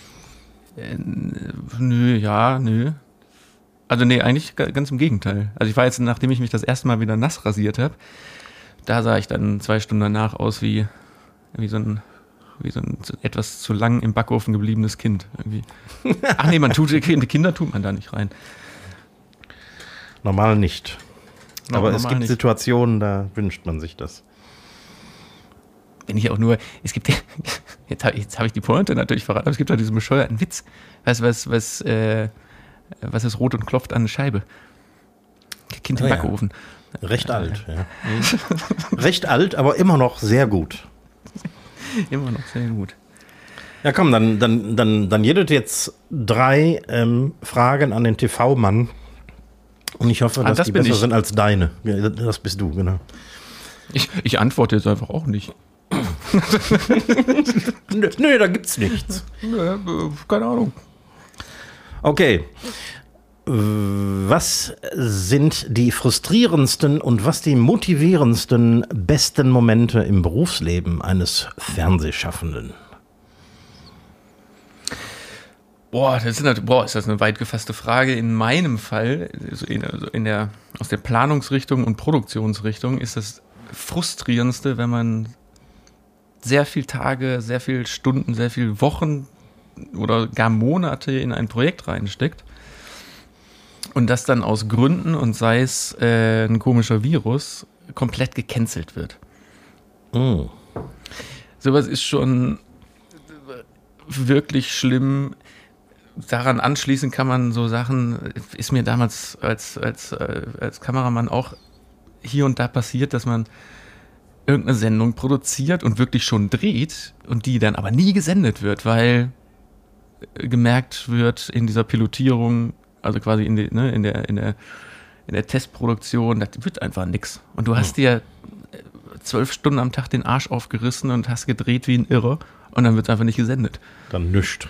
Nö. Also nee, eigentlich ganz im Gegenteil. Also ich war jetzt, nachdem ich mich das erste Mal wieder nass rasiert habe, da sah ich dann 2 Stunden danach aus wie so ein etwas zu lang im Backofen gebliebenes Kind. Irgendwie. Ach nee, Kinder tut man da nicht rein. Normal nicht. No, aber normal es gibt nicht. Situationen, da wünscht man sich das. Wenn ich auch nur, es gibt, jetzt habe ich die Pointe natürlich verraten, aber es gibt ja diesen bescheuerten Witz. Was ist rot und klopft an eine Scheibe? Kind im Backofen. Ja. Recht alt, ja. Recht alt, aber immer noch sehr gut. Immer noch sehr gut. Ja komm, dann jedet jetzt 3 Fragen an den TV-Mann. Und ich hoffe, dass die besser sind als deine. Ja, das bist du, genau. Ich antworte jetzt einfach auch nicht. Nö, da gibt's nichts. Keine Ahnung. Okay. Was sind die frustrierendsten und was die motivierendsten besten Momente im Berufsleben eines Fernsehschaffenden? Ist das eine weit gefasste Frage. In meinem Fall, aus der Planungsrichtung und Produktionsrichtung, ist das Frustrierendste, wenn man sehr viel Tage, sehr viel Stunden, sehr viel Wochen oder gar Monate in ein Projekt reinsteckt und das dann aus Gründen, und sei es ein komischer Virus, komplett gecancelt wird. Mm. Sowas ist schon wirklich schlimm. Daran anschließend kann man so Sachen, ist mir damals als Kameramann auch hier und da passiert, dass man irgendeine Sendung produziert und wirklich schon dreht und die dann aber nie gesendet wird, weil gemerkt wird in dieser Pilotierung, also quasi in der Testproduktion, das wird einfach nix. Und du hast dir 12 Stunden am Tag den Arsch aufgerissen und hast gedreht wie ein Irrer und dann wird es einfach nicht gesendet. Dann nischt.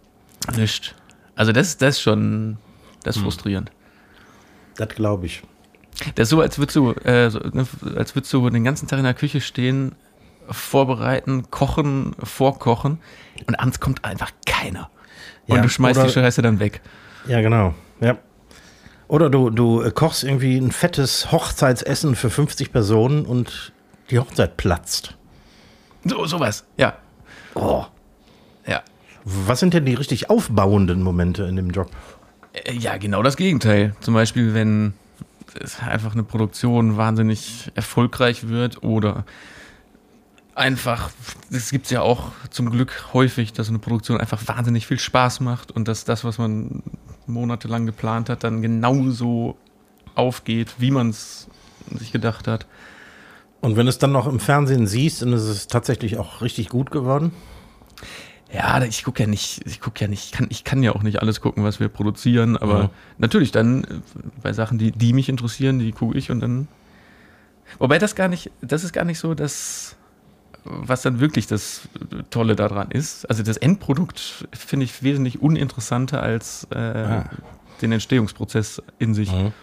Also das ist schon, das ist frustrierend. Das glaube ich. Das ist so, als würdest du den ganzen Tag in der Küche stehen, vorbereiten, kochen, vorkochen und abends kommt einfach keiner. Und du schmeißt die Scheiße dann weg. Ja, genau. Ja. Oder du kochst irgendwie ein fettes Hochzeitsessen für 50 Personen und die Hochzeit platzt. Sowas, ja. Oh. Ja. Was sind denn die richtig aufbauenden Momente in dem Job? Ja, genau das Gegenteil. Zum Beispiel, wenn einfach eine Produktion wahnsinnig erfolgreich wird oder einfach, das gibt es ja auch zum Glück häufig, dass eine Produktion einfach wahnsinnig viel Spaß macht und dass das, was man monatelang geplant hat, dann genauso aufgeht, wie man es sich gedacht hat. Und wenn du es dann noch im Fernsehen siehst, dann ist es tatsächlich auch richtig gut geworden? Ja, ich kann ja auch nicht alles gucken, was wir produzieren, aber natürlich dann bei Sachen, die mich interessieren, die gucke ich und dann. Wobei das ist gar nicht so, was dann wirklich das Tolle daran ist. Also das Endprodukt finde ich wesentlich uninteressanter als den Entstehungsprozess in sich. Mhm.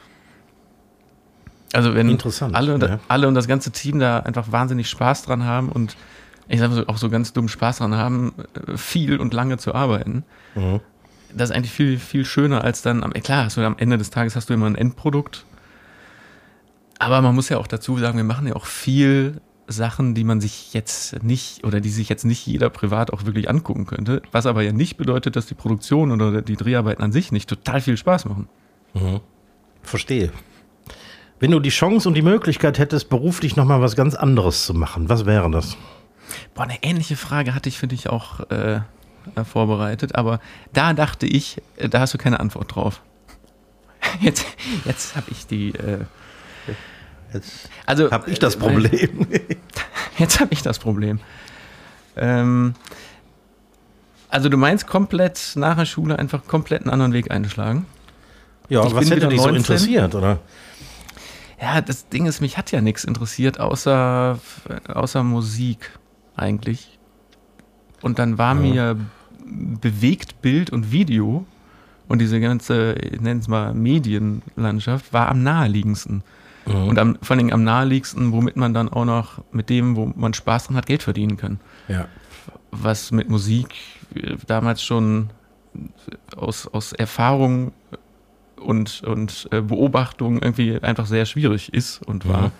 Also wenn alle und das ganze Team da einfach wahnsinnig Spaß dran haben und ich sage so, auch so ganz dumm Spaß dran haben, viel und lange zu arbeiten. Mhm. Das ist eigentlich viel, viel schöner als dann, klar, am Ende des Tages hast du immer ein Endprodukt, aber man muss ja auch dazu sagen, wir machen ja auch viel Sachen, die man sich jetzt nicht oder die sich jetzt nicht jeder privat auch wirklich angucken könnte, was aber ja nicht bedeutet, dass die Produktion oder die Dreharbeiten an sich nicht total viel Spaß machen. Mhm. Verstehe. Wenn du die Chance und die Möglichkeit hättest, beruflich nochmal was ganz anderes zu machen, was wäre das? Boah, eine ähnliche Frage hatte ich für dich auch vorbereitet, aber da dachte ich, da hast du keine Antwort drauf. Jetzt habe ich die... Jetzt also habe ich das Problem. Jetzt habe ich das Problem. Also du meinst komplett nach der Schule einfach komplett einen anderen Weg einschlagen? Ja, Ich was bin hätte wieder dich so 19. interessiert, oder? Ja, das Ding ist, mich hat ja nichts interessiert, außer Musik eigentlich. Und dann war mir Bewegtbild und Video und diese ganze, ich nenne es mal Medienlandschaft, war am naheliegendsten. Mhm. Und vor allen Dingen am naheliegendsten, womit man dann auch noch mit dem, wo man Spaß dran hat, Geld verdienen kann. Ja. Was mit Musik damals schon aus Erfahrung und Beobachtung irgendwie einfach sehr schwierig ist und war.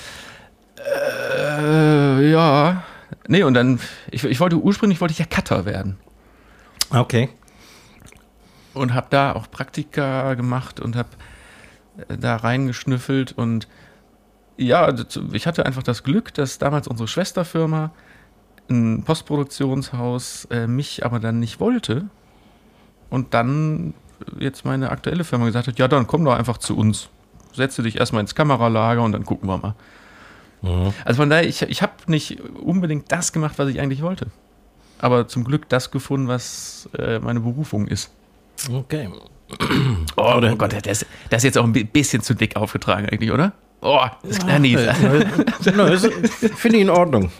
Ja. Nee, und dann, ursprünglich wollte ich ja Cutter werden. Okay. Und habe da auch Praktika gemacht und habe da reingeschnüffelt und ja, ich hatte einfach das Glück, dass damals unsere Schwesterfirma, ein Postproduktionshaus, mich aber dann nicht wollte und dann jetzt meine aktuelle Firma gesagt hat, ja, dann komm doch einfach zu uns. Setze dich erstmal ins Kameralager und dann gucken wir mal. Mhm. Also von daher, ich habe nicht unbedingt das gemacht, was ich eigentlich wollte. Aber zum Glück das gefunden, was meine Berufung ist. Okay. Oh Gott, das ist jetzt auch ein bisschen zu dick aufgetragen eigentlich, oder? Oh, das ist klar nicht. Finde ich in Ordnung.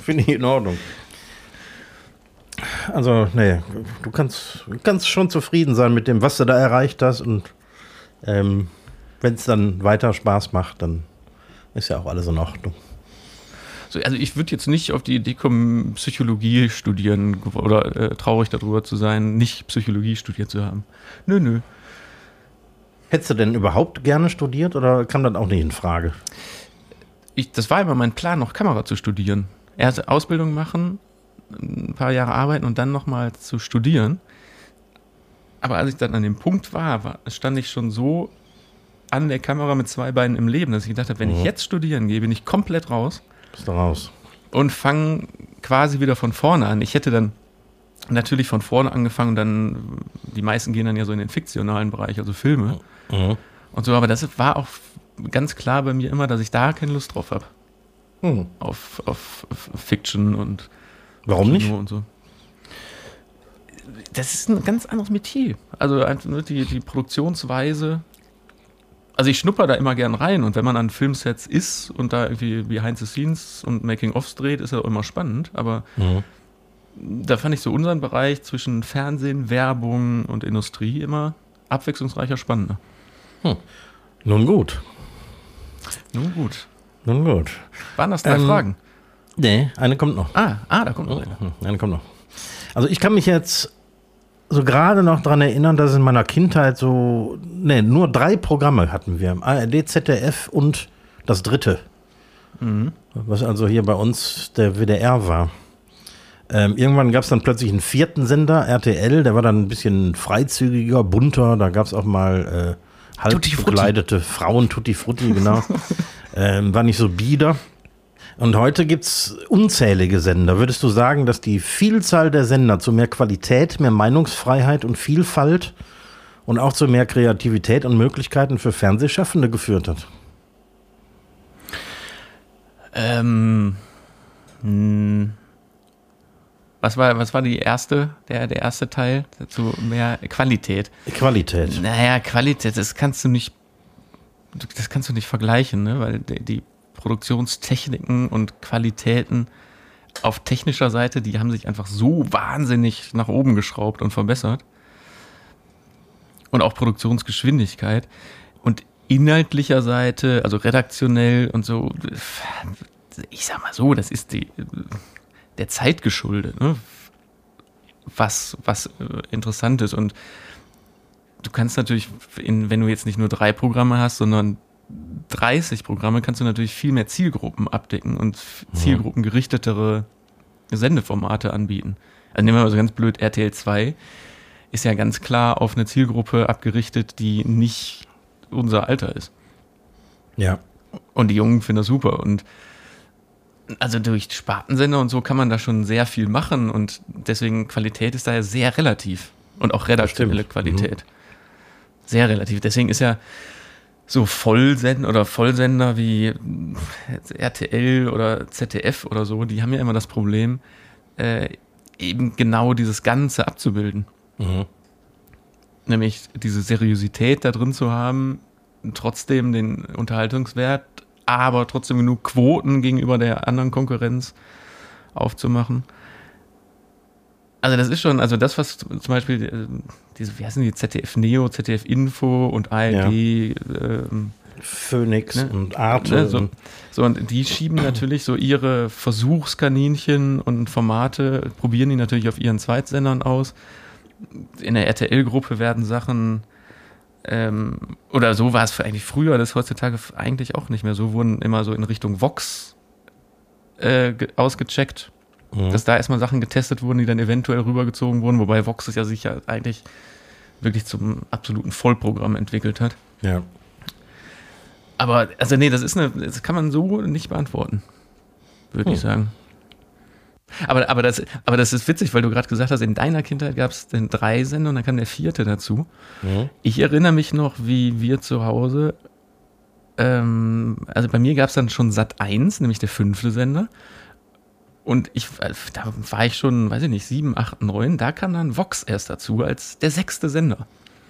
Also, nee, du kannst schon zufrieden sein mit dem, was du da erreicht hast. Und wenn es dann weiter Spaß macht, dann ist ja auch alles in Ordnung. Also ich würde jetzt nicht auf die Idee kommen, Psychologie studieren oder traurig darüber zu sein, nicht Psychologie studiert zu haben. Nö. Hättest du denn überhaupt gerne studiert oder kam das auch nicht in Frage? Das war immer mein Plan, noch Kamera zu studieren. Erst Ausbildung machen, ein paar Jahre arbeiten und dann nochmal zu studieren. Aber als ich dann an dem Punkt war, stand ich schon so an der Kamera mit zwei Beinen im Leben, dass ich gedacht habe, wenn ich jetzt studieren gehe, bin ich komplett raus. Bist du raus. Und fange quasi wieder von vorne an. Ich hätte dann natürlich von vorne angefangen, dann, die meisten gehen dann ja so in den fiktionalen Bereich, also Filme und so, aber das war auch ganz klar bei mir immer, dass ich da keine Lust drauf habe. Auf Fiction und Warum Kino nicht? Und so. Das ist ein ganz anderes Metier. Also die Produktionsweise. Also ich schnupper da immer gern rein und wenn man an Filmsets ist und da irgendwie Behind the Scenes und Making-ofs dreht, ist ja auch immer spannend, aber da fand ich so unseren Bereich zwischen Fernsehen, Werbung und Industrie immer abwechslungsreicher, spannender. Nun gut. Waren das 3 Fragen? Nee, eine kommt noch. Da kommt noch eine. Eine kommt noch. Also ich kann mich jetzt so gerade noch daran erinnern, dass in meiner Kindheit nur 3 Programme hatten wir. ARD, ZDF und das dritte. Was also hier bei uns der WDR war. Irgendwann gab es dann plötzlich einen 4. Sender, RTL, der war dann ein bisschen freizügiger, bunter. Da gab es auch mal halb bekleidete Frauen, Tutti Frutti, genau. War nicht so bieder. Und heute gibt es unzählige Sender. Würdest du sagen, dass die Vielzahl der Sender zu mehr Qualität, mehr Meinungsfreiheit und Vielfalt und auch zu mehr Kreativität und Möglichkeiten für Fernsehschaffende geführt hat? Was war der erste Teil? Zu mehr Qualität. Qualität. Naja, Qualität, das kannst du nicht vergleichen, ne? Weil die Produktionstechniken und Qualitäten auf technischer Seite, die haben sich einfach so wahnsinnig nach oben geschraubt und verbessert. Und auch Produktionsgeschwindigkeit. Und inhaltlicher Seite, also redaktionell und so, ich sag mal so, das ist der Zeit geschuldet, ne? Was interessant ist. Und du kannst natürlich, wenn du jetzt nicht nur 3 Programme hast, sondern 30 Programme kannst du natürlich viel mehr Zielgruppen abdecken und zielgruppengerichtetere Sendeformate anbieten. Also nehmen wir mal so ganz blöd, RTL 2 ist ja ganz klar auf eine Zielgruppe abgerichtet, die nicht unser Alter ist. Ja. Und die Jungen finden das super. Und also durch Spartensender und so kann man da schon sehr viel machen und deswegen Qualität ist daher sehr relativ. Und auch redaktionelle Qualität. Sehr relativ. Deswegen ist ja so Vollsender wie RTL oder ZDF oder so, die haben ja immer das Problem, eben genau dieses Ganze abzubilden. Nämlich diese Seriosität da drin zu haben, trotzdem den Unterhaltungswert, aber trotzdem genug Quoten gegenüber der anderen Konkurrenz aufzumachen. Also das ist schon, also das, was zum Beispiel diese, wie heißen die, ZDF Neo, ZDF Info und ARD, Phoenix, ne? Und Arte. Ne? So, und die schieben natürlich so ihre Versuchskaninchen und Formate, probieren die natürlich auf ihren Zweitsendern aus. In der RTL-Gruppe werden Sachen, oder so war es eigentlich früher, das ist heutzutage eigentlich auch nicht mehr so, wurden immer so in Richtung Vox ausgecheckt. Dass da erstmal Sachen getestet wurden, die dann eventuell rübergezogen wurden, wobei Vox es ja sich ja eigentlich wirklich zum absoluten Vollprogramm entwickelt hat. Ja. Aber, also nee, das kann man so nicht beantworten, würde ich sagen. Aber das ist witzig, weil du gerade gesagt hast, in deiner Kindheit gab es den 3 Sender und dann kam der 4. dazu. Ich erinnere mich noch, wie wir zu Hause, also bei mir gab es dann schon Sat.1, nämlich der 5. Sender. Und da war ich schon, weiß ich nicht, 7, 8, 9, da kam dann Vox erst dazu als der 6. Sender.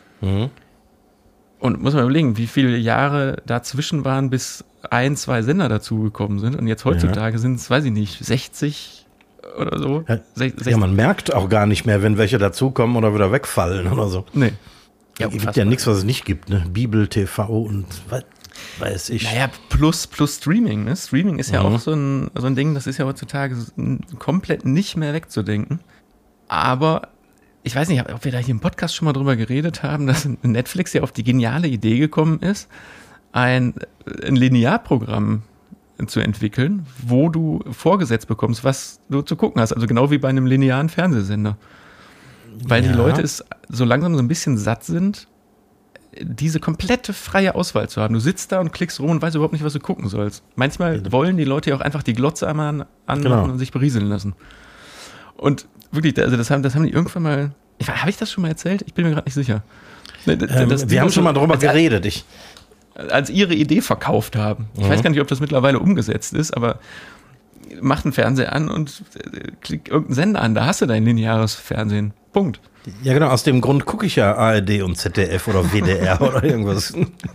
Und muss man überlegen, wie viele Jahre dazwischen waren, bis 1, 2 Sender dazugekommen sind. Und jetzt heutzutage sind es, weiß ich nicht, 60 oder so. Ja, man merkt auch gar nicht mehr, wenn welche dazukommen oder wieder wegfallen oder so. Nee. Ja, es gibt ja nichts, was es nicht gibt, ne? Bibel, TV und was weiß ich. Naja, plus Streaming, ne? Streaming ist ja auch so ein Ding, das ist ja heutzutage komplett nicht mehr wegzudenken. Aber ich weiß nicht, ob wir da hier im Podcast schon mal drüber geredet haben, dass Netflix ja auf die geniale Idee gekommen ist, ein Linearprogramm zu entwickeln, wo du vorgesetzt bekommst, was du zu gucken hast. Also genau wie bei einem linearen Fernsehsender. Weil die Leute es so langsam so ein bisschen satt sind, diese komplette freie Auswahl zu haben. Du sitzt da und klickst rum und weißt überhaupt nicht, was du gucken sollst. Manchmal wollen die Leute ja auch einfach die Glotze einmal anmachen und sich berieseln lassen. Und wirklich, also das haben die irgendwann mal, habe ich das schon mal erzählt? Ich bin mir gerade nicht sicher. Wir haben schon mal darüber geredet. Als ihre Idee verkauft haben. Ich weiß gar nicht, ob das mittlerweile umgesetzt ist, aber mach einen Fernseher an und klick irgendeinen Sender an, da hast du dein lineares Fernsehen. Punkt. Ja, genau, aus dem Grund gucke ich ja ARD und ZDF oder WDR oder irgendwas.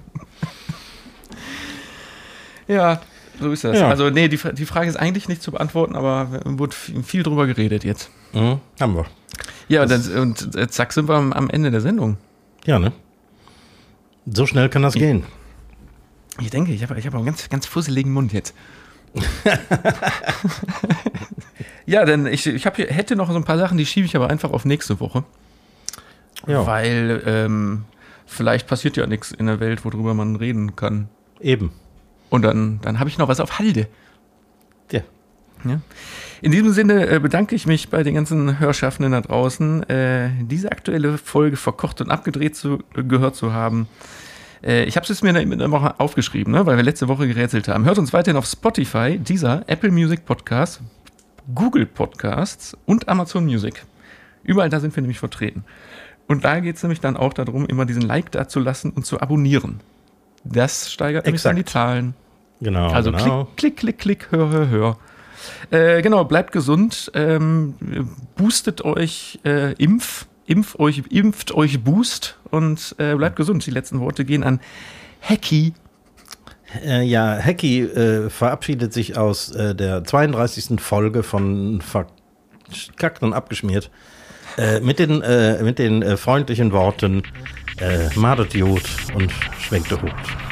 Ja, so ist das. Ja. Also nee, die Frage ist eigentlich nicht zu beantworten, aber wurde viel drüber geredet jetzt. Haben wir. Ja, und zack sind wir am Ende der Sendung. Ja, ne? So schnell kann das gehen. Ich denke, ich habe einen ganz, ganz fusseligen Mund jetzt. Ja, denn ich hätte noch so ein paar Sachen, die schiebe ich aber einfach auf nächste Woche. Ja. Weil vielleicht passiert ja nichts in der Welt, worüber man reden kann. Eben. Und dann habe ich noch was auf Halde. Ja. In diesem Sinne bedanke ich mich bei den ganzen Hörschaffenden da draußen, diese aktuelle Folge verkocht und abgedreht gehört zu haben. Ich habe es mir in der Woche aufgeschrieben, ne, weil wir letzte Woche gerätselt haben. Hört uns weiterhin auf Spotify, Deezer, Apple Music Podcasts, Google Podcasts und Amazon Music. Überall da sind wir nämlich vertreten. Und da geht es nämlich dann auch darum, immer diesen Like da zu lassen und zu abonnieren. Das steigert nämlich dann die Zahlen. Genau. Also genau. Klick, hör. Genau, bleibt gesund, boostet euch, impft euch Boost und bleibt gesund. Die letzten Worte gehen an Hacky. Ja, Hacky verabschiedet sich aus der 32. Folge von Verkackt und abgeschmiert mit den freundlichen Worten Madet Jod und schwenkt der Hut.